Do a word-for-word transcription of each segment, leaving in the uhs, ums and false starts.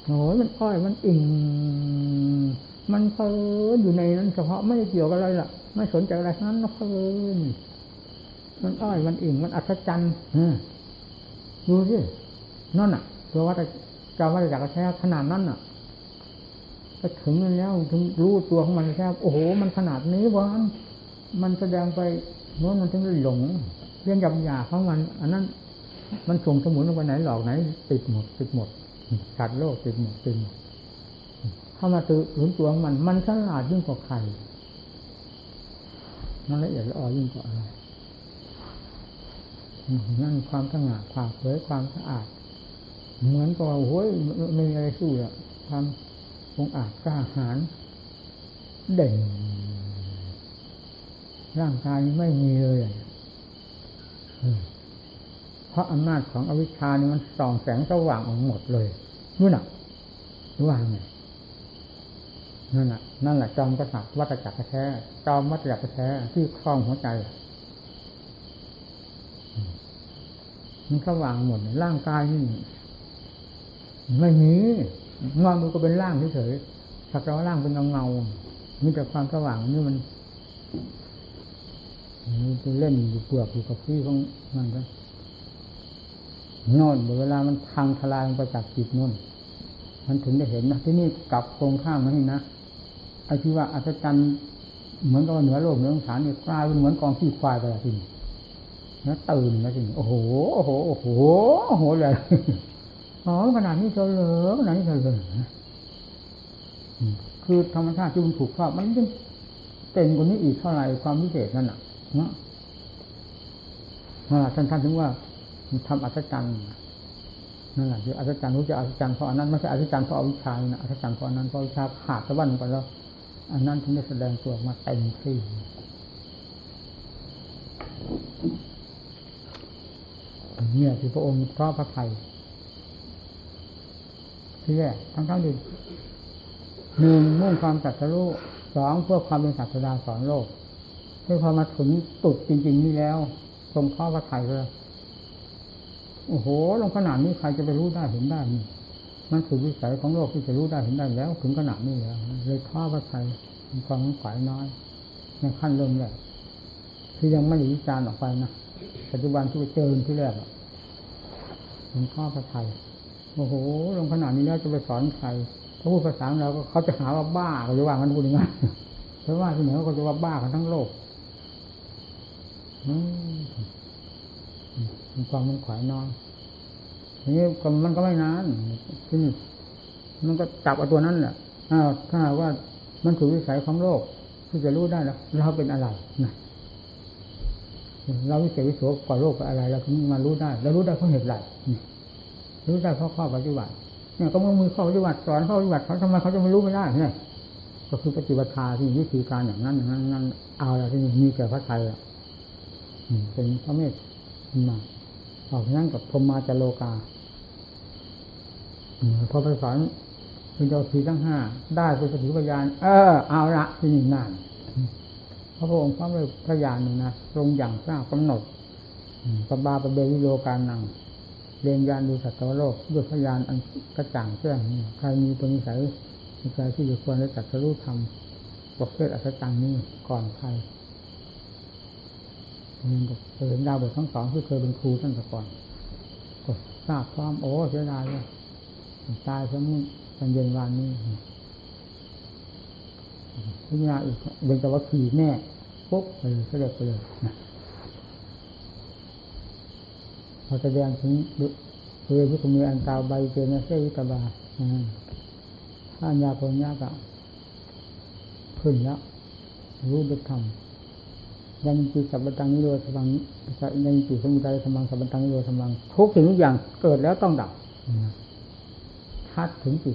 โอ้ยมันอ้อยมันอิ่งมันเพลินอยู่ในนั้นเฉพาะไม่ได้เกี่ยวกับอะไรล่ะไม่สนใจอะไรนั้นเพลินมันอ้อยมันอิ่งมันอัศจรรย์ดูสินั่นน่ะตัววัดจาวัดจักรแท้ขนาดนั้นน่ะก็ถึงแล้วถึงรู้ตัวของมันแค่โอ้โหมันขนาดนี้วะมันแสดงไปโน้นมันถึงได้หลงเรื่องหยาบหยาของมันอันนั้นมันส่งสมุนลงไปไหนหลอกไหนติดหมดติดหมดสัตว์โลกติดหมดติดหมดเข้ามาตื่นตัวของมันมันฉลาดยิ่งกว่าใครมันละเอียดละออยิ่งกว่าอะไรนั่นความสง่าความเผยความสะอาดเหมือนกับว่าโอ้ยไม่มีอะไรสู้อ่ะความองอาจกล้าหาญเด่นร่างกายไม่มีเลยเพราะอำนาจของอวิชชานี่มันส่องแสงสว่างออกหมดเลยนู่นน่ะว่างไงนั่นแหละนั่นแหละจอมกษัตริย์วัฏจักรแท้จอมวัฏจักรแท้ที่ครองหัวใจมันสว่างหมดร่างกายนี่ไม่มีงอมือก็เป็นร่างเฉยๆสักแต่ว่าร่างเป็นเงาๆมีแต่ความสว่างนี่มันมันเล่นอยู่เปลือกอยู่กับที่ของมันก็โน่นเวลามันพังทลายลงไปจากจิตโน่นมันถึงได้เห็นนะที่นี่กลับตรงข้ามมานี่นะไอ้ที่ว่าอัศจรรย์เหมือนกับเหนือโลกเหนือสงสารนี่กลายเป็นเหมือนกองขี้ควายไปแล้วทีนี้แล้วตื่นแล้วทีนี้โอ้โหโอ้โหโอ้โหโอ้โหเลยอ๋อขนาดนี้เฉลยขนาดนี้เฉลยคือธรรมชาติที่มันถูกครอบมันยิ่งเต็มกว่านี้อีกเท่าไหร่ความพิเศษนั่นน่ะเนาะท่านท่านถึงว่าทำอัศจรรย์นั่นแหละคืออัศจรรย์รู้จะอัศจรรย์เพราะอันนั้นไม่ใช่อัศจรรย์เพราะอวิชชานะอัศจรรย์เพราะอันนั้นเพราะวิชาขาดสะบั้นไปแล้วอันนั้นถึงได้แสดงตัวมาเต็มที่เนี่ยที่พระองค์ทอดพระทัยที่แรกทั้งทั้งที่หนึ่งมุ่งความตรัสรู้สองเพื่อความเป็นศาสดาสอนโลกเพื่อพอมาถึงตุดจริงๆนี่แล้วทรงทอดพระทัยเลยโอ้โหลงขนาดนี้ใครจะไปรู้ได้เห็นได้นี่มันคือวิสัยของโลกที่จะรู้ได้เห็นได้แล้วถึงขนาดนี้แล้วเลยทอดพระทัยมีความขวายน้อยในขั้นเริ่มแรกที่ยังไม่ได้วิจารณ์ออกไปนะปัจจุบันที่ไปเจอที่แรกมันทอดพระทัยโอ้โหลงขนาดนี้แล้วจะไปสอนใครถ้าพูดภาษาเราก็เขาจะหาว่าบ้าเขาจะว่ากันพูดยังไงเพราะว่าที่ไหนเขาจะว่าบ้ากันทั้งโลกมีความมันขวายน้อยทีนี้มันก็ไม่นานที่นี่มันก็จับเอาตัวนั้นแหละถ้าว่ามันคือวิสัยของโลกที่จะรู้ได้แล้วเราเป็นอะไรนะเราวิเศษวิโสกว่าโลกกับอะไรเราถึงมารู้ได้เรารู้ได้เพราะเหตุไรรู้ได้เพราะข้อปฏิบัติเนี่ยก็มือข้อปฏิบัติสอนข้อปฏิบัติเขาทำไมเขาจะไม่รู้ไม่ได้เนี่ยก็คือปฏิบัติที่วิธีการอย่างนั้นอย่างนั้นนั้นเอาอะไรที่มีแก่พระไทยอ่ะเป็นพระเมตมาออกนั่งกับพรหมาจโลกาพอไปสอนเป็นเจ้าทีทั้งห้าได้เป็นสติปัญญาเออเอาละที่นี่นานพระองค์พระเลยพระญาณหนึ่งนะทรงอย่างทราบกำหนดปบาปเบวิโลกานังเรียนญาณดูสัตว์โลกด้วยพระญาณอันกระจ่างแจ้งใครมีตัวนิสัยมีใจที่จะควรได้จัดสรู้ธรรมประเภทอัศจรรย์นี้ก่อนใครมันก็เห็นดาวบททั้งสองที่เคยเป็นครูท่านแต่ก่อนก็ทราบพร้อมโอ้เสียดายเลยตายเพราะนี่ตอนเย็นวันนี้พิจารณาอีกเป็นแต่ว่าขี่แน่ปุ๊บไปเลยเสด็จไปเลยนะพอแสดงถึงเรื่องที่มีอันตาใบเจนเสวิตบาถ้าอัญญาโพญญากะขึ้นแล้วรู้ด้วยธรรมยังจิตสัพพังนิโรธสัมมังยังจิตสมุทัยสัมมังสัพพังนิโรธสัมมังทุกสิ่งทุกอย่างเกิดแล้วต้องดับชัดถึงจิต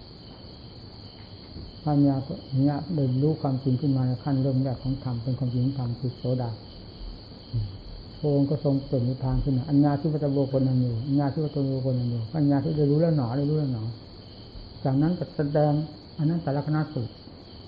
ปัญญาเนี่ยเดินรู้ความจริงขึ้นมาในขั้นเริ่มแรกของธรรมเป็นความจริงธรรมคือโสดาพระองค์ก็ทรงเปล่งนิพพานขึ้นอัญญาที่วัตโบคนนั้นอยู่อัญญาที่วัตโบคนนั้นอยู่ปัญญาที่ได้รู้แล้วหนอได้รู้แล้วหนอจากนั้นก็แสดงอันนั้นแต่ละคณะสูตร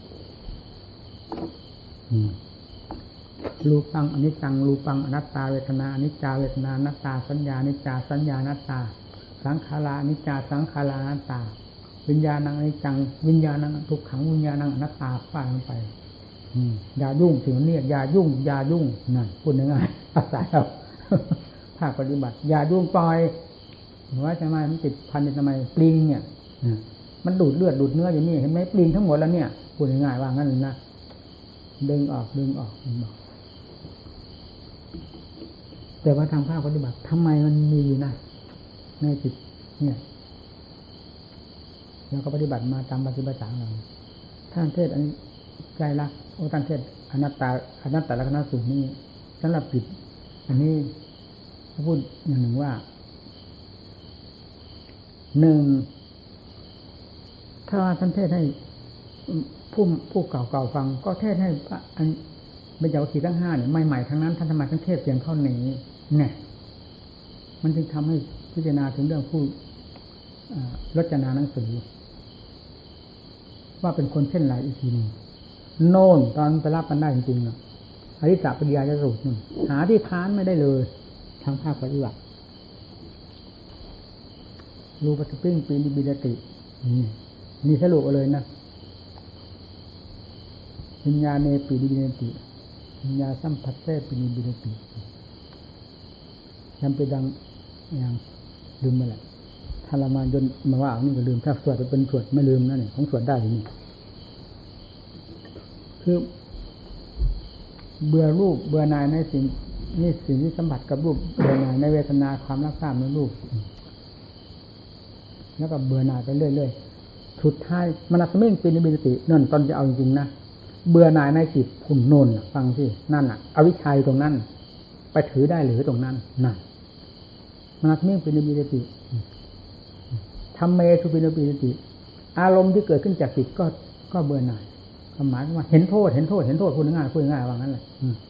รูปังอนิจจังรูปังอนัตตาเวทนาอนิจจาเวทนานัตตาสัญญาอนิจจาสัญญานัตตาสังขาราอนิจจาสังขารานัตตาวิญญาณังอนิจจังวิญญาณังทุกขังวิญญาณังอนัตตาฟาดลงไปอย่ายุ่งถึงนี้อย่ายุ่งอย่ายุ่งนั่นพูดง่ายๆภาษาเราภาคปฏิบัติอย่ายุ่งปล่อยว่าทำไมมันติดพันทำไมปลิงเนี่ยมันดูดเลือดดูดเนื้ออย่างนี้เห็นไหมปลิงทั้งหมดแล้วเนี่ยพูดง่ายๆว่างั้นเลยนะดึงออกดึงออกดึงออกแต่ว่าทางภาคปฏิบัติทำไมมันมีอยู่นะในจิตเนี่ยแล้วก็ปฏิบัติมาตามปฏิบัติของเราท่านเทศอันใจรักโอ้ท่านเทศอนัตตาอนัตตลักษณสูตรนี้สำหรับจิตอันนี้พูดอย่างหนึ่งว่าหนึ่งถ้าท่านเทศให้ผู้ผู้เก่าๆฟังก็เทศให้อันเป็นเจ้าขีทั้งห้าเนี่ยใหม่ๆทั้งนั้นท่านทำไมท่านเทศเพียงเท่านี้เนี่ยมันจึงทำให้พิจารณาถึงเรื่องผู้รจนาหนังสือว่าเป็นคนเช่นไรอีกทีหนึ่งโน่นตอนไปรับกันได้จริงๆอ่ะอริสปฏิยาจะสูตรนึงหาที่ค้านไม่ได้เลยทางภาคปฏิบัติรูปสปริงปีนิบิดตินี่นี่สรุปเลยนะวิญญาเนปีนิบิดติวิญญาสัมผัสเสปีนิบิดติจำเป็นดังอย่างลืมไปแหละถ้าเรามาจนมาว่านี่ก็ลืมถ้าสวดไปเป็นสวดไม่ลืมนะเนี่ยของสวดได้ทีนี้คือเบื่อรูปเบื่อนายในสิ่งนี่สิ่งที่สัมผัสกับรูปเบื่อนายในเวทนาความรักทราบในรูปแล้วก็เบื่อนายไปเรื่อยๆสุดท้ายมนัสมิ่งปีนิบิตินั่นตอนจะเอาจริงๆนะเบื่อนายในจิตคุณโนนฟังสินั่นอ่ะอวิชชาอยู่ตรงนั้นไปถือได้หรือตรงนั้นนั่นมนัสมิ่งปีนิบิติทำเมสุปีนิบิติอารมณ์ที่เกิดขึ้นจากจิตก็ก็เบื่อหน่ายความหมายว่าเห็นโทษเห็นโทษเห็นโทษพูดง่ายพูดง่ายว่างั้นแหละ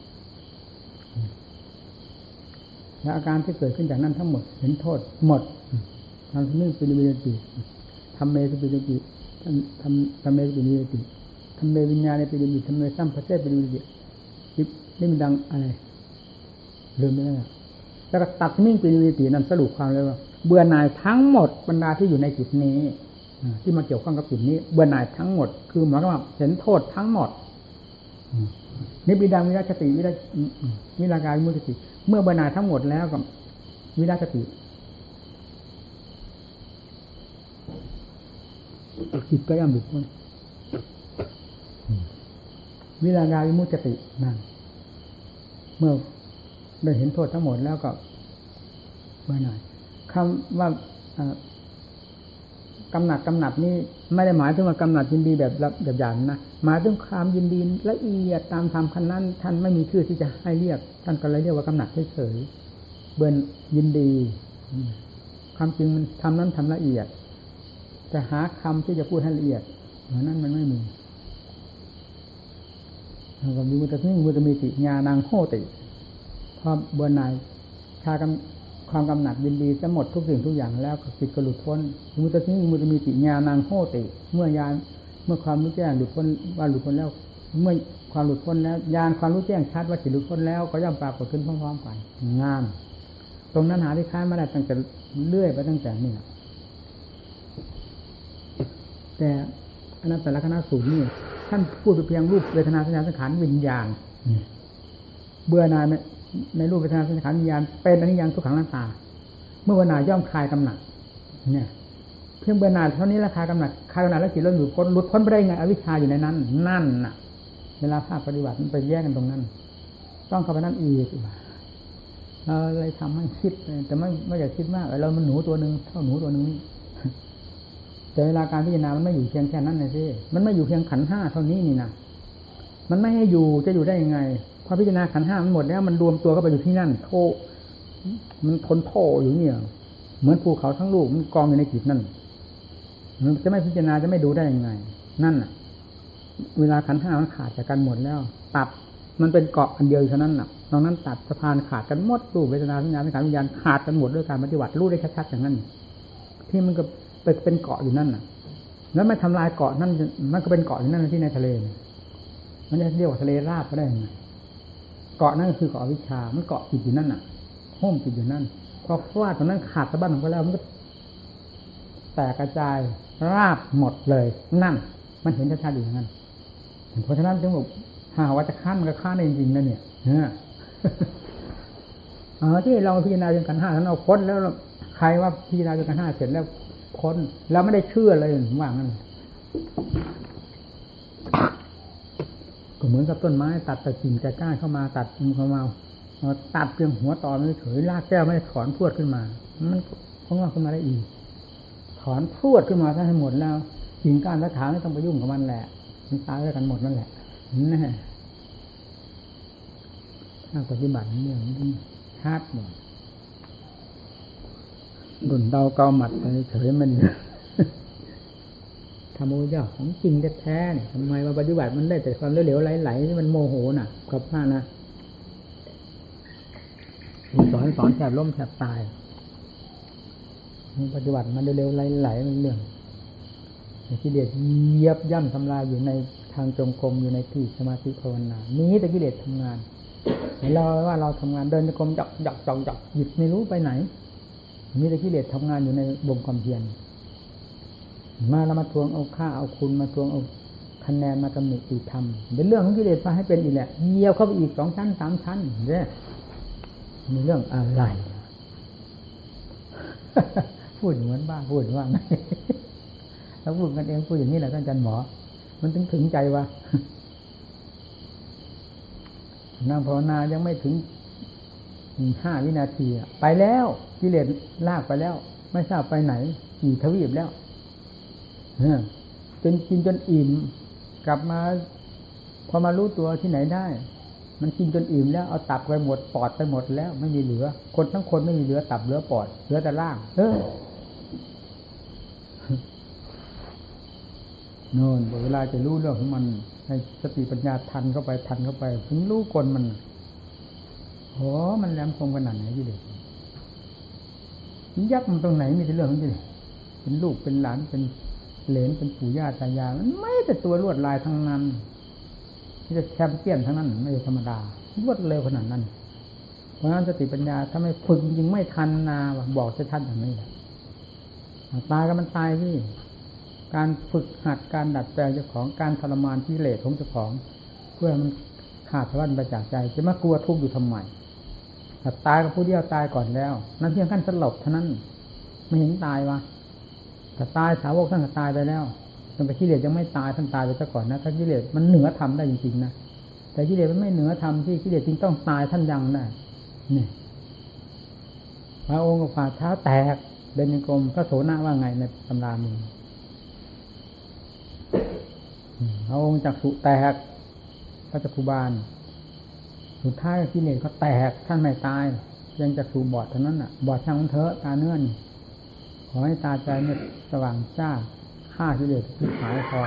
แล้วอาการที่เกิดขึ้นจากนั้นทั้งหมดเห็นโทษหมดทำมิ่งปีนิบิติทำเมสุปีนิบิติทำทำเมสุปีนิบิติทำเมวิญญาณในปีนิบิติทำเมสัมผัสเสปีนิบิตินี่มันดังอะไรลืมไปแล้วแล้วก็ตัดมิ่งปีนิบิตินั้นสรุปความเลยว่าเบื่อหน่ายทั้งหมดบรรดาที่อยู่ในจิตนี้ที่มาเกี่ยวข้องกับจิตนี้เบื่อหน่ายทั้งหมดคือหมายความว่าเห็นโทษทั้งหมดนิพพิดังวิราชติวิราวิราการวิมุตติเมื่อเบื่อหน่ายทั้งหมดแล้วกับวิราชติจิตก็ย่อมหลุดพ้นวิราการวิมุตตินั่นเมื่อได้เห็นโทษทั้งหมดแล้วก็เบื่อหน่ายคำว่ากำหนัดกำหนัดนี่ไม่ได้หมายถึงว่ากำหนัดยินดีแบบแบบหยาบนะหมายถึงความยินดีละเอียดตามธรรมขั้นนั้นท่านไม่มีชื่อที่จะให้เรียกท่านก็เลยเรียกว่ากำหนัดเฉยๆเบื่อยินดีความจริงมันทำนั้นทำละเอียดแต่หาคำที่จะพูดให้ละเอียดเหมือนนั้นมันไม่มีแล้วก็มีมุตติมุตติมีติญาณังโหติพอเบื่อหน่ายชากำความกำหนัดยินดีจะหมดทุกสิ่งทุกอย่างแล้วจิตก็หลุดพ้นมุตติมุตติมีติญาณังโหติเมื่อยานเมื่อความรู้แจ้งหลุดพ้นว่าหลุดพ้นแล้วเมื่อความหลุดพ้นแล้วญาณความรู้แจ้งชัดว่าจิตหลุดพ้นแล้วก็ย่อมปรากฏขึ้นพร้อมๆกันงามตรงนั้นหาที่ค้านไม่ได้ตั้งแต่เลื่อยไปตั้งแต่นี่แต่อนัตตลักษณสูตรนี่ท่านพูดเพียงรูปเวทนาสัญญาสังขารวิญญาณเบื่อหน่ายในรูปเวทนาสัญญาวิญญาณเป็นอนิจจังทุกขังอนัตตาเมื่อเบื่อหน่ายย่อมคลายกำหนัดเนี่ยเพียงเบื่อหน่ายเท่านี้ราคากำหนัดคลายกำหนัดแล้วจิตเราหลุดพ้นหลุดพ้นไปได้ไงอวิชชาอยู่ในนั้นนั่นน่ะเวลาภาคปฏิบัติมันไปแยกกันตรงนั้นต้องเข้าไปนั่นอีกเราเลยทำให้คิดแต่ไม่ไม่อยากคิดมากเรามันหนูตัวนึงเท่าหนูตัวนึงนี่แต่เวลาการพิจารณามันไม่อยู่เพียงแค่นั้นเลยสิมันไม่อยู่เพียงขันธ์ห้าเท่านี้นี่นะมันไม่ให้อยู่จะอยู่ได้ยังไงพอพิจารณาขันธ์ห้ามันหมดแล้วมันรวมตัวเข้าไปอยู่ที่นั่นโธมันทนโธอยู่เนี่ยเหมือนภูเขาทั้งลูกมันกองอยู่ในจิตนั่นมันจะไม่พิจารณาจะไม่ดูได้ยังไงนั่นน่ะเวลาขันธ์ห้ามันขาดจากกันหมดแล้วตัดมันเป็นเกาะอันเดียวเท่านั้นน่ะตรงนั้นตัดสะพานขาดกันหมดรูปเวทนาสัญญาสังขารวิญญาณขาดกันหมดด้วยการปฏิบัติรู้ได้ชัดๆอย่างนั้นที่มันก็เป็นเป็นเกาะอยู่นั่นน่ะแล้วไม่ทำลายเกาะนั่นมันก็เป็นเกาะอยู่นั่นที่ในทะเลมันจะเรียกว่าทะเลราบก็ได้ไงเกาะนั่นคือเกาะวิชามันเกาะจิตอยู่นั่นน่ะห้มจิตอยู่นั่นพอฟาดตรงนั้นขาดสะบั้นของก็แล้วมันก็แตกกระจายราบหมดเลยนั่นมันเห็นชัดๆอยู่อย่างนั้นเพราะฉะนั้นจึงบอกหาว่าจะฆ่ามันก็ฆ่าได้จริงๆนะเนี่ยเนี่ยเออที่เราพิจารณาจนกันห้าท่านเอาพ้นแล้วใครว่าพิจารณาจนกันห้าเสร็จแล้วพ้นแล้วไม่ได้เชื่อเลยว่างั้นก็เหมือนกับต้นไม้ตัดแต่กิ่งแต่ก้านเข้ามาตัดมือเข้ามาตัดเพียงหัวตอนไม่เฉยรากแก้วไม่ได้ถอนพรวดขึ้นมามันคงว่าขึ้นมาได้อีกถอนพรวดขึ้นมาถ้าให้หมดแล้วกิ่งก้านและถางไม่ต้องไปยุ่งกับมันแหละมันตายด้วยกันหมดนั่นแหละนี่ถ้าปฏิบัติเนี่ยมันชาร์จหมดดุนเดาเกาหมัดไปเฉยมันทำโมยาของจริงแท้ๆเนี่ยทำไมมาปฏิบัติมันได้แต่ความเหลวๆไหลๆที่มันโมโหน่ะกับหน้านะสอนสอนแทบล้มแทบตายปฏิบัติมันเร็วๆไหลๆมันเรื่องกิเลสเหยียบย่ำทำลายอยู่ในทางจงกรมอยู่ในที่สมาธิภาวนานี้แต่กิเลสทำงานเราว่าเราทำงานเดินจงกรมจับจับจับจับหยิบไม่รู้ไปไหนมีแต่กิเลสทำงานอยู่ในวงความเพียรมาเรามาทวงเอาค่าเอาคุณมาทวงเอาคะแนนมาตำหนิติธรรมเป็นเรื่องของกิเลสมาให้เป็นอีกแหละเหยียบเข้าไปอีกสองชั้นสามชั้นเนี่ยมีเรื่องอะไรพูดเหมือนบ้าพูดว่าไงแล้วพูดกันเองพูดอย่างนี้แหละท่านอาจารย์หมอมันถึงถึงใจว่านั่งภาวนายังไม่ถึงห้าวินาทีไปแล้วกิเลสลากไปแล้วไม่ทราบไปไหนกี่ทวีปแล้วจนกินจนอิ่มกลับมาพอมารู้ตัวที่ไหนได้มันกินจนอิ่มแล้วเอาตับไปหมดปอดไปหมดแล้วไม่มีเหลือคนทั้งคนไม่มีเหลือตับเหลือปอดเหลือแต่ร่างเออโน่นเวลาจะรู้เรื่องของมันให้สติปัญญาทันเข้าไปทันเข้าไปถึงรู้กลมันโหมันแหลมคมขนาดไหนยี่เด็กยักษ์มันตรงไหนมีแต่เรื่องของยี่เด็กเป็นลูกเป็นหลานเป็นเหลนเป็นปู่ย่าตายายมันไม่แต่ตัวลวดลายทั้งนั้นที่จะแชมเปี้ยนทั้งนั้นไม่ธรรมดารวดเร็วขนาดนั้นเพราะฉะนั้นสติปัญญาถ้าไม่ฝึกจริงไม่ทันนาบอกจะทันอย่างนี้แหละตายก็มันตายที่การฝึกหัดการดัดแปลงเจ้าของการทรมานกิเลสของเจ้าของเพื่อมันขาดสะบั้นไปจากใจจะมากลัวทุกข์อยู่ทำไมแต่ตายก็ผู้เดียวตายก่อนแล้วนั่นเพียงขั้นสลบเท่านั้นไม่เห็นตายวะแต่ตายสาวกท่านก็ตายไปแล้วแต่กิเลสยังไม่ตายท่านตายไปซะก่อนนะถ้ากิเลสมันเหนือธรรมได้จริงๆนะแต่กิเลสมันไม่เหนือธรรมที่กิเลสจริงต้องตายท่านยังได้นี่พระองค์ก็ฝ่าเท้าแตกเดินกรมพระโสนะว่าไงในตำรามีพระองค์จักษุแตกพระจักขุบาลสุดท้ายกิเลสก็แตกท่านไม่ตายยังจักษุบอดเท่านั้นน่ะบอดช่างมันเถอะตาเนื้อนี่ขอให้ตาใจเนี่ยสว่างจ้าฆ่ากิเลสที่หายพอ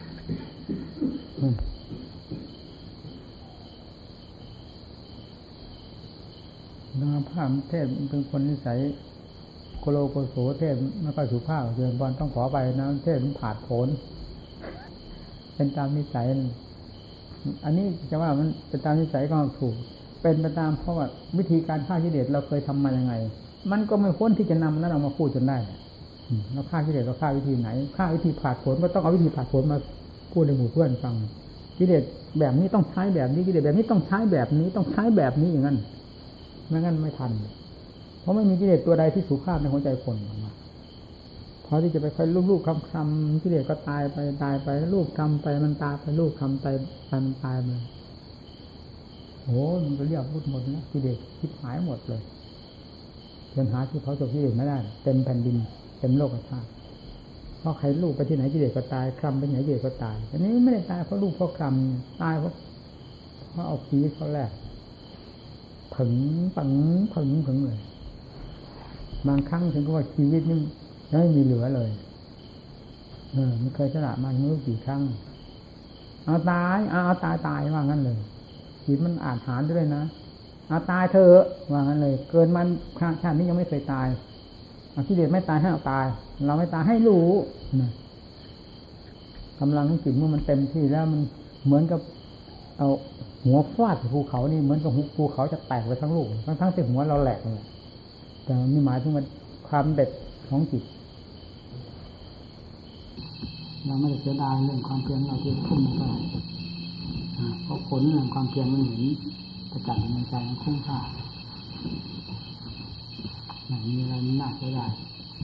นาภาพเทพเป็นคนนิสัยโกโลโกโสเทพไม่ค่อยสุภาพเดินบอลต้องขอไปนะเทพมันผาดโผนเป็นตามนิสัยอันนี้จะว่ามันเป็นตามนิสัยก็ถูกเป็นไปตามเพราะว่าวิธีการฆ่ากิเลสเราเคยทำมายังไงมันก็ไม่พ้นที่จะนำนั้นออกมาพูดจนได้เราฆ่ากิเลสเราฆ่าวิธีไหนฆ่าวิธีผาดโผนก็ต้องเอาวิธีผาดโผนมาพูดในหมู่เพื่อนฟังกิเลสแบบนี้ต้องใช้แบบนี้กิเลสแบบนี้ต้องใช้แบบนี้ต้องใช้แบบนี้อย่างนั้นไม่งั้นไม่ทันเพราะไม่มีกิเลสตัวใดที่สุภาพในหัวใจคนออกมาพอที่จะไปค่อยลูกๆคำๆกิเลสก็ตายไปตายไปลูกทำไปมันตายไปลูกทำไปมันตายไปโอ้มันก็เรียกพูดหมดนะกิเลสคิดหายหมดเลยจนหาที่เขาจบกิเลสไม่ได้เต็มแผ่นดินเต็มโลกธาตุเพราะใครลูกไปที่ไหนกิเลสก็ตายคลำไปไหนกิเลสก็ตายอันนี้ไม่ได้ตายเพราะลูกเพราะคลำตายเพราะเพราะเอาชีวิตเขาแรกผึ่งปังผึ่งผึ่งเลยบางครั้งถึงกับว่าชีวิตนี่ไม่มีเหลือเลยเออมันเคยชนะมาไม่รู้กี่ครั้งเอาตายเอาเอาตายตายว่างั้นเลยชีวิตมันอาจหารด้วยนะเอาตายเถอะว่างั้นเลยเกินมันชาตินี้ยังไม่เคยตายเอากิเลสไม่ตายให้เอาตายเราไม่ตายให้รู้นะกำลังของจิตเมื่อมันเต็มที่แล้วมันเหมือนกับเอาหัวฟาดภูเขานี่เหมือนกับภูเขาจะแตกไปทั้งลูกทั้งทั้งที่หัวเราแหลกเลยแต่นี่หมายถึงมันความเด็ดของจิตเราไม่ได้เสียดายเรื่องความเพียรเราที่ทุ่มไปเพราะผลเรื่องความเพียรมันเห็นประจักษ์ในใจมันคุ้มค่าอย่างนี้อะไรน่าเสียดาย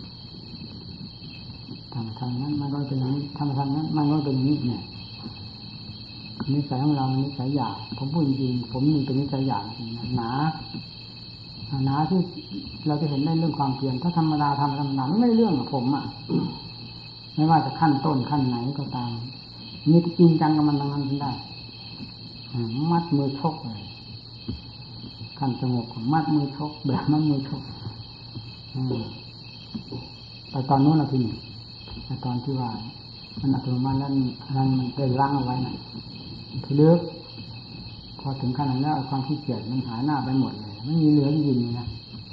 ทำทางนั้นมันก็เป็นอย่างนี้ทำทางนั้นมันก็เป็นอย่างนี้เนี่ยนิสัยของเรานิสัยหยาบผมพูดจริงผมนี่เป็นนิสัยหยาบหนาหนาที่เราจะเห็นได้เรื่องความเพียรถ้าธรรมดาทำธรรมดาไม่เรื่องกับผมอ่ะไม่ว่าจะขั้นต้นขั้นไหนก็ตามนี่จริงจังกับมันทางนั้นได้มัดมือชกเลยขั้นสงบมัดมือชกแบบมัดมือชกแต่ตอนนู้นเราทีนี้แต่ตอนที่ว่ามันอัตโนมัติแล้วนั้นมันได้ล้างเอาไว้นะทีเลือกพอถึงขั้นนั้นแล้วความขี้เกียจมันหายหน้าไปหมดเลยไม่มีเหลือที่ยืนนะ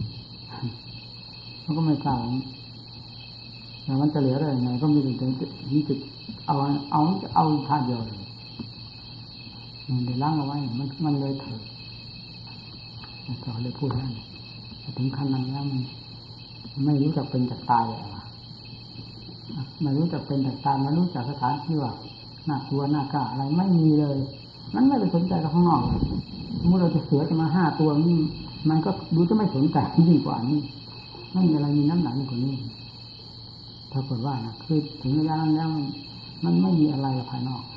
มันก็ไม่ทราบแต่มันจะเหลือได้ยังไงก็มีแต่นี่จะเอาเอาจะเอาท่าเดียวเลยมันได้ล้างเอาไว้มันมันเลยเถิดเราเลยพูดให้ถึงขั้นนั้นแล้วมันไม่รู้จักเป็นจักตายอะไรไม่รู้จักเป็นจักตายไม่รู้จักสถานที่ว่าน่ากลัวน่ากล้าอะไรไม่มีเลยมันไม่ไปสนใจกับข้างนอกเลยเมื่อเราจะเสือจะมาห้าตัวนี่มันก็ดูจะไม่สนใจยิ่งกว่านี้ไม่มีอะไรมีน้ำหนักยิ่งกว่านี้ถ้าเกิดว่านะคือถึงระยะนั้นแล้วมันไม่มีอะไรภายนอก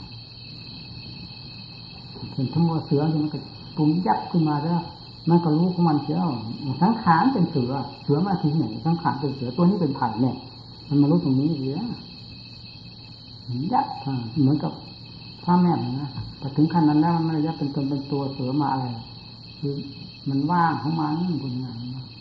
ถึงทั้งหมดเสือที่มันก็ปุ่มยับขึ้นมาแล้วมันก็รู้ของมันเสียสังขารเป็นเสือเสือมาที่ไหนสังขารเป็นเสือตัวนี้เป็นไผ่เนี่ยมันมารู้ตรงนี้เสียยับเหมือนกับพ่อแม่นะแต่ถึงขั้นนั้นแล้วมันไม่ยับเป็นตนเป็นตัวเสือมาอะไรคือมันว่างของมันคนงาน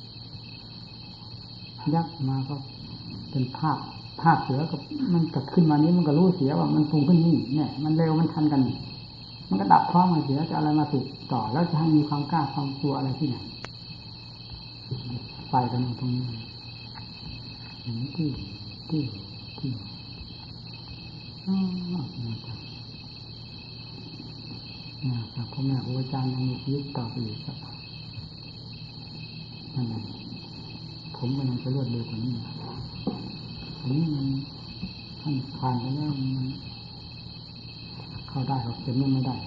ยับมาก็เป็นภาพภาพเสือกับมันเกิดขึ้นมานี้มันก็รู้เสียว่ามันปรุงขึ้นนี่เนี่ยมันเร็วมันทันกันมันก็ดับพร้อมกันเสียจะอะไรมาสืบต่อแล้วจะให้มีความกล้าความกลัวอะไรที่ไหนไปกันตรงนี้ที่ที่ที่อ๋อนะครับพ่อแม่ครูอาจารย์ยังมีชีวิตต่อไปอีกครับนั่นเองผมก็ยังจะเลือดเร็วกว่านี้อันนี้มันท่านผ่านไปแล้วมันเข้าได้หรอกเต็มไม่ได้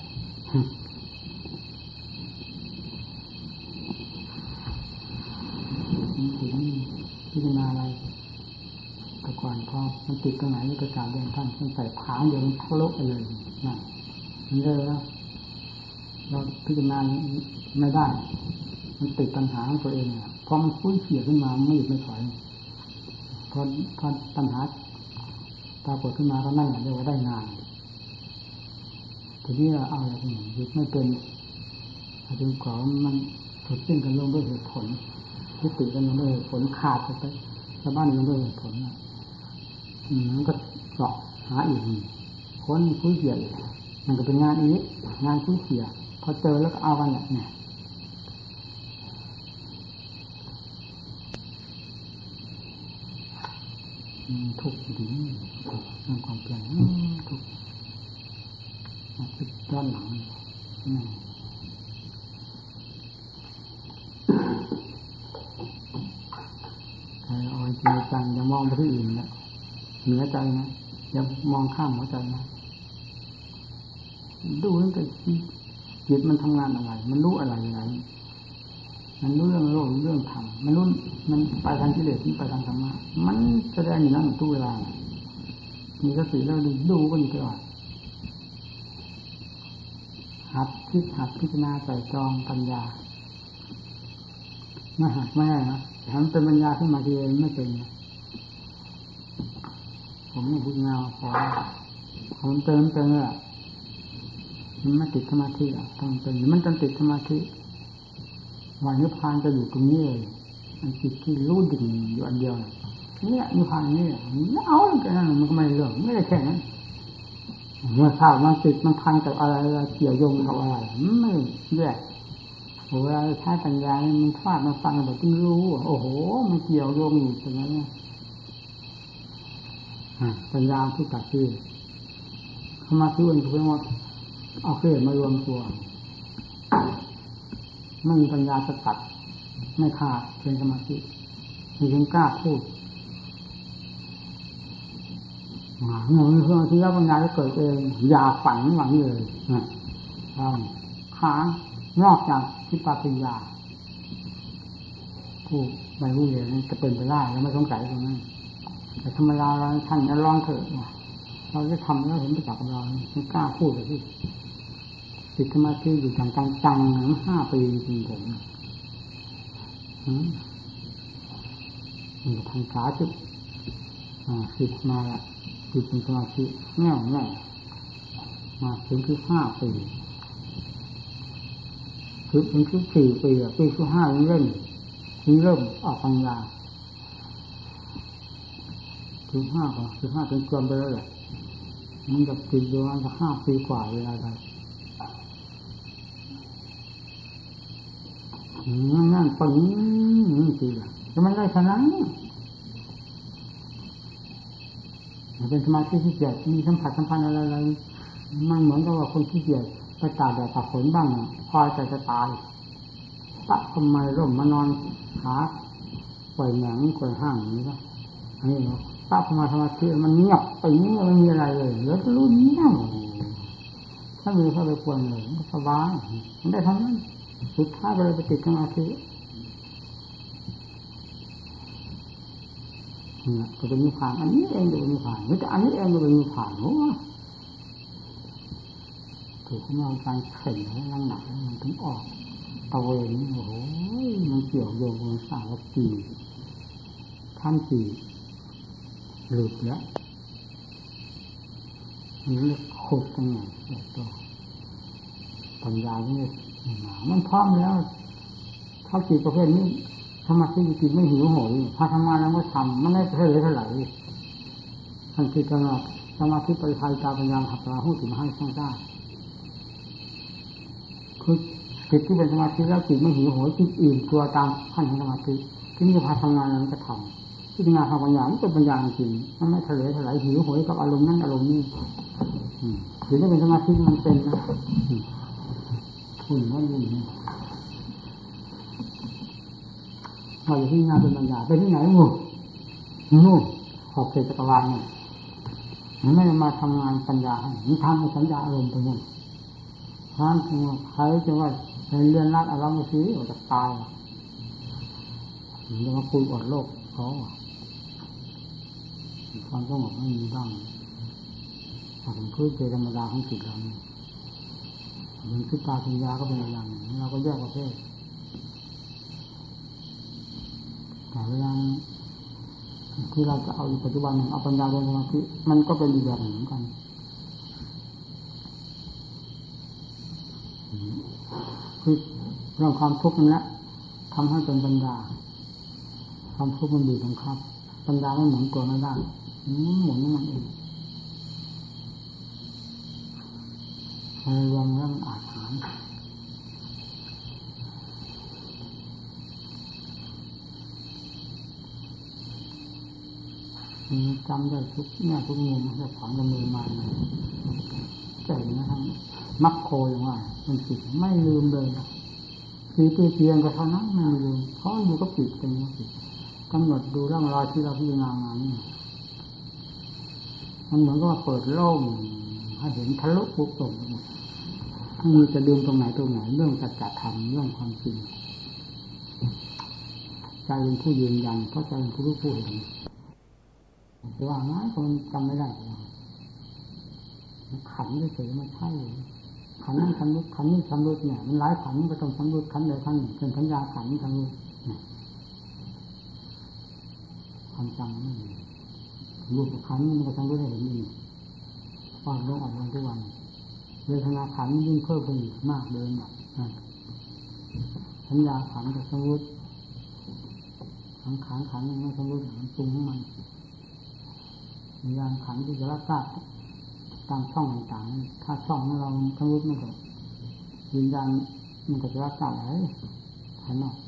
ถึงพิจารณาอะไรแต่ก่อนพอมันติดตรงไหนนี่ก็กล่าวเรียนท่านท่านใส่ผางเดี๋ยวมันทะลุไปเลยนั่นมันเลยแล้วเราพิจารณาไม่ได้มันติดปัญหาของตัวเองอ่ะพอมันคุ้นเขี่ยขึ้นมาไม่หยุดไม่ถอยพอพอปัญหาปรากฏขึ้นมาก็นั่นแหละเรียกว่าได้งานทีนี้เราเอาอะไรกันหยุดไม่เป็นจนกว่ามันสุดสิ้นกันลงด้วยเหตุผลยุติกันลงด้วยเหตุผลขาดไปชาวบ้านลงด้วยเหตุผลอ่ะมันก็เจาะหาอีกคนคุ้นเขี่ยมันก็เป็นงานอีกงานคุ้นเขี่ยพอเจอแล้วก็เอากันแหละเนี่ยทุกข์ดีเรื่องความเปลี่ยนทุกข์คิดย้อนหลังใครเอาจริงจังอย่ามองไปที่อื่นนะเหนือใจนะอย่ามองข้ามหัวใจนะดูตั้งแต่จิตมันทำงานอะไรมันรู้อะไรอย่างไรมันรู้เรื่องโลกเรื่องธรรมมันรู้มันไปทางกิเลสมันไปทางธรรมะมันแสดงอยู่นั่นทุกเวลามีสติแล้วดูก็อยู่ตลอดหัดคิดหัดพิจารณาใส่จองปัญญาไม่หัดไม่ได้นะทำเป็นปัญญาขึ้นมาทีเองไม่เป็นผมไม่พูดเงาพอผมเติมเติมเลยมันไม่ติดสมาธิอ่ะต้องเติมมันต้องติดสมาธิวันนิพพานจะอยู่ตรงนี้เลยมันจิตที่รู้ดิ่งอยู่อันเดียวเนี่ยนิพพานนี่เอาแค่นั้นมันก็ไม่เรื่องไม่ได้แค่นั้นเมื่อทราบมันติดมันพันกับอะไรเกี่ยวโยงกับอะไรไม่แยกเวลาใช้ปัญญามันฟาดมันฟังแบบต้องรู้โอ้โหมันเกี่ยวโยงอยู่ตรงนั้นปัญญาที่ตัดที่เข้ามาที่วันเพื่อว่าเอาเครื่องมารวมตัวไม่มีปัญญาจะตัดไม่ขาดเป็นสมาธิมีเพียงกล้าพูดเงินเพื่อที่รับปัญญาจะเกิดเองอย่าฝันหวังเลยนะค้างนอกจากที่ปัญญาผู้บรรลุเรียนจะเป็นไปได้แล้วไม่สงสัยตรงนั้นแต่ธรรมดาเราท่านจะลองเถอะเราจะทำแล้วเห็นประจักษ์กับเราไม่กล้าพูดเลยที่ติดสมาธิอยู่จังจังๆห้าปีจริงผมนี่ทางขาจุดสิบมาละจิตเป็นสมาธิแน่วแน่มาถึงคือห้าปีคือเป็นคือสี่ปีอ่ะปีคือห้ายังเล่นยังเริ่มออกปัญญาคือห้าก่อนคือห้าเป็นเกินไปแล้วแหละมันจะติดอยู่ประมาณห้าปีกว่าเวลาใดนั่นนั่นปังนี่สิแล้วมันได้ขนาดนี้เป็นสมาธิที่เกียจมีสัมผัสสัมพันธ์อะไรๆมันเหมือนกับว่าคนที่เกียจไปตากแดดตากฝนบ้างคอยใจจะตายปะทำไมร่มมานอนขาปล่อยหนังปล่อยห้างอย่างนี้ก็อันนี้เนาะปะทำไมสมาธิมันเงียบไปเงียบไม่มีอะไรเลยเหลือแต่รุ่นเงียบถ้ามีเข้าไปควรเลยมันสบายมันได้ทั้งนั้นสุดท้ายก็เลยไปติดสมาธิเนี่ยก็เป็นนิพพานอันนี้เองก็เป็นนิพพานแต่อันนี้เองก็เป็นนิพพานโอ้ถูกของเราการเข่งแล้วลังหนักมันถึงออกตะเวนโอ้โหมันเกี่ยวโยงมันสาวจีท่านจีหลุดแล้วมันเรียกขุดตรงไหนตัวปัญญาเนี่ยมันพร้อมแล้วเท่าจีประเภทนี้สมาธิจิตไม่หิวโหยพอทำงานแล้วก็ทำมันไม่เท่าไรเท่าไหร่ทันทีตลอดสมาธิปริภัยตาปัญญาหักลาหูถึงให้สร้างได้คือจิตที่เป็นสมาธิแล้วจิตไม่หิวโหยจิตอิ่มตัวตามขั้นของสมาธิที่นี่พอทำงานแล้วก็ทำที่งานทางปัญญามันเป็นปัญญาจริงมันไม่เท่าไรเท่าไหร่หิวโหยกับอารมณ์นั้นอารมณ์นี้หรือถ้าเป็นสมาธิมันเป็นนะคุณว่าอยู่นี่มาอยู่ที่งานเป็นปัญญาไปที่ไหนมู่นู่นขอบเขตจักรวาลเนี่ยมันไม่ได้มาทำงานปัญญามันทำในสัญญาอารมณ์ไปนู่นท่านใครจะว่าเรียนรัดอารมณ์สีออกจากตายมันจะมาคุยอดโลกเขาความสงบไม่มีบ้างถ้าเป็นพื้นเจธรรมดาของจิตเรามันคือตาปัญญาก็เป็นอย่างหนึ่งเราก็แยกประเภทแต่เวลาที่เราจะเอาอยู่ปัจจุบันเอาปัญญาเป็นสมาธิมันก็เป็นอีกแบบหนึ่งเหมือนกันคือเรื่องความทุกข์นั่นแหละทำให้เป็นปัญญาความทุกข์มันบีบบังคับปัญญาไม่หมุนตัวไม่ได้มันหมุนมันเองรวมแล้วมันอาจหารจำได้ทุกเนี่ยทุกมุมจะถอนดำเนินมาเจ๋งนะทั้งมักโคอย่างว่ามันจิตไม่ลืมเลยปีปีเพียงก็เท่านั้นไม่ลืมเพราะอยู่ก็ปิดเป็นว่าปิดกำหนดดูร่างรอยที่เราพิจารณางานนี่มันเหมือนกับว่าเปิดโล่งให้เห็นทะลุปุบตรงหมดถ้ามีจะลืมตรงไหนตรงไหนเรื่องสัจธรรมเรื่องความจริงใจเป็นผู้ยืนยันเพราะใจเป็นผู้รู้ผู้เห็นว่าไงคนจำไม่ได้ขันเฉยๆมันใช่ขันนั้นขันนี้ขันนี้ขันรู้เนี่ยมันหลายขันก็ต้องขันรู้ขันใดขันหนึ่งเป็นขันยาขันขันรู้ความจำไม่มีรูปขันมันก็ขันรู้ได้เห็นอีกวาดลงออกมาทุกวันเวทนาขันยิ่งเพิ่มไปอีกมากเดินแบบขันยาขันกับขันรู้ขันขันขันไม่ขันรู้มันปรุงของมันวิญญาณขันที่จะรับทราบตามช่องต่างๆถ้าช่องของเราทั้งรูปไม่ถูกวิญญาณมันก็จะรับทราบอะไรภายนอก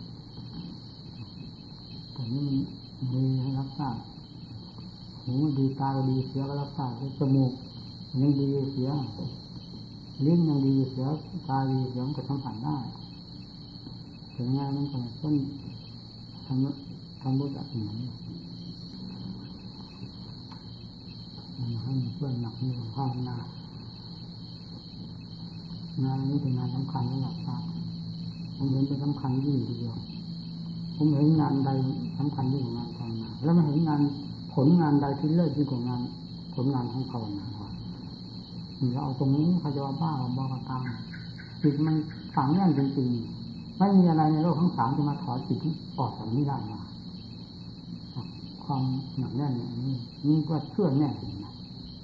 แต่นี่มันดีให้รับทราบหูดีตาก็ดีเสียก็รับทราบจมูกยังดีเสียลิ้นยังดีเสียตาดีเสียมันก็สัมผัสได้ถึงงานมันก็ต้นทำทำรูปแบบนี้ให้มีเพื่อนหนักมีของข้าวหน้างานนี้เป็นงานสำคัญสำหรับพระผมเห็นเป็นสำคัญยิ่งทีเดียวผมเห็นงานใดสำคัญยิ่งกว่างานภาวนาแล้วมาเห็นงานผลงานใดที่เลิศยิ่งกว่างานผลงานของภาวนาเราเอาตรงนี้เขาจะว่าบ้าบ้ากตามจิตมันฝังแน่นจริงๆไม่มีอะไรในโลกทั้งสามจะมาถอดจิตออกจากนี้ได้มาความหนักแน่นอย่างนี้นี่ก็เชื่อแน่จริงนะ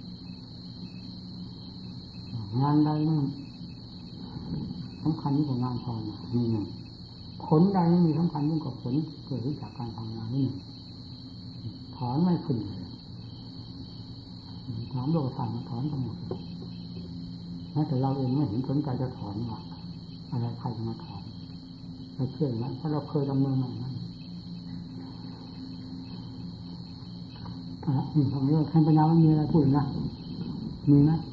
งานใดนั่นสำคัญยิ่งกว่างานภาวนานี่หนึ่งผลใดไม่มีสำคัญยิ่งกว่าผลเกิดจากการภาวนานี่หนึ่งถอนไม่ขึ้นเลยถามโลกธรรมถอนทั้งหมดแม้แต่เราเองไม่เห็นสนใจจะถอนว่าอะไรใครจะมาถอนเราเชื่อนะเพราะเราเคยดำเนินมาอย่างนั้นอ่ะนี่ตรงนี้ท่านปัญญาไม่มีอะไรพูดนะมีไหม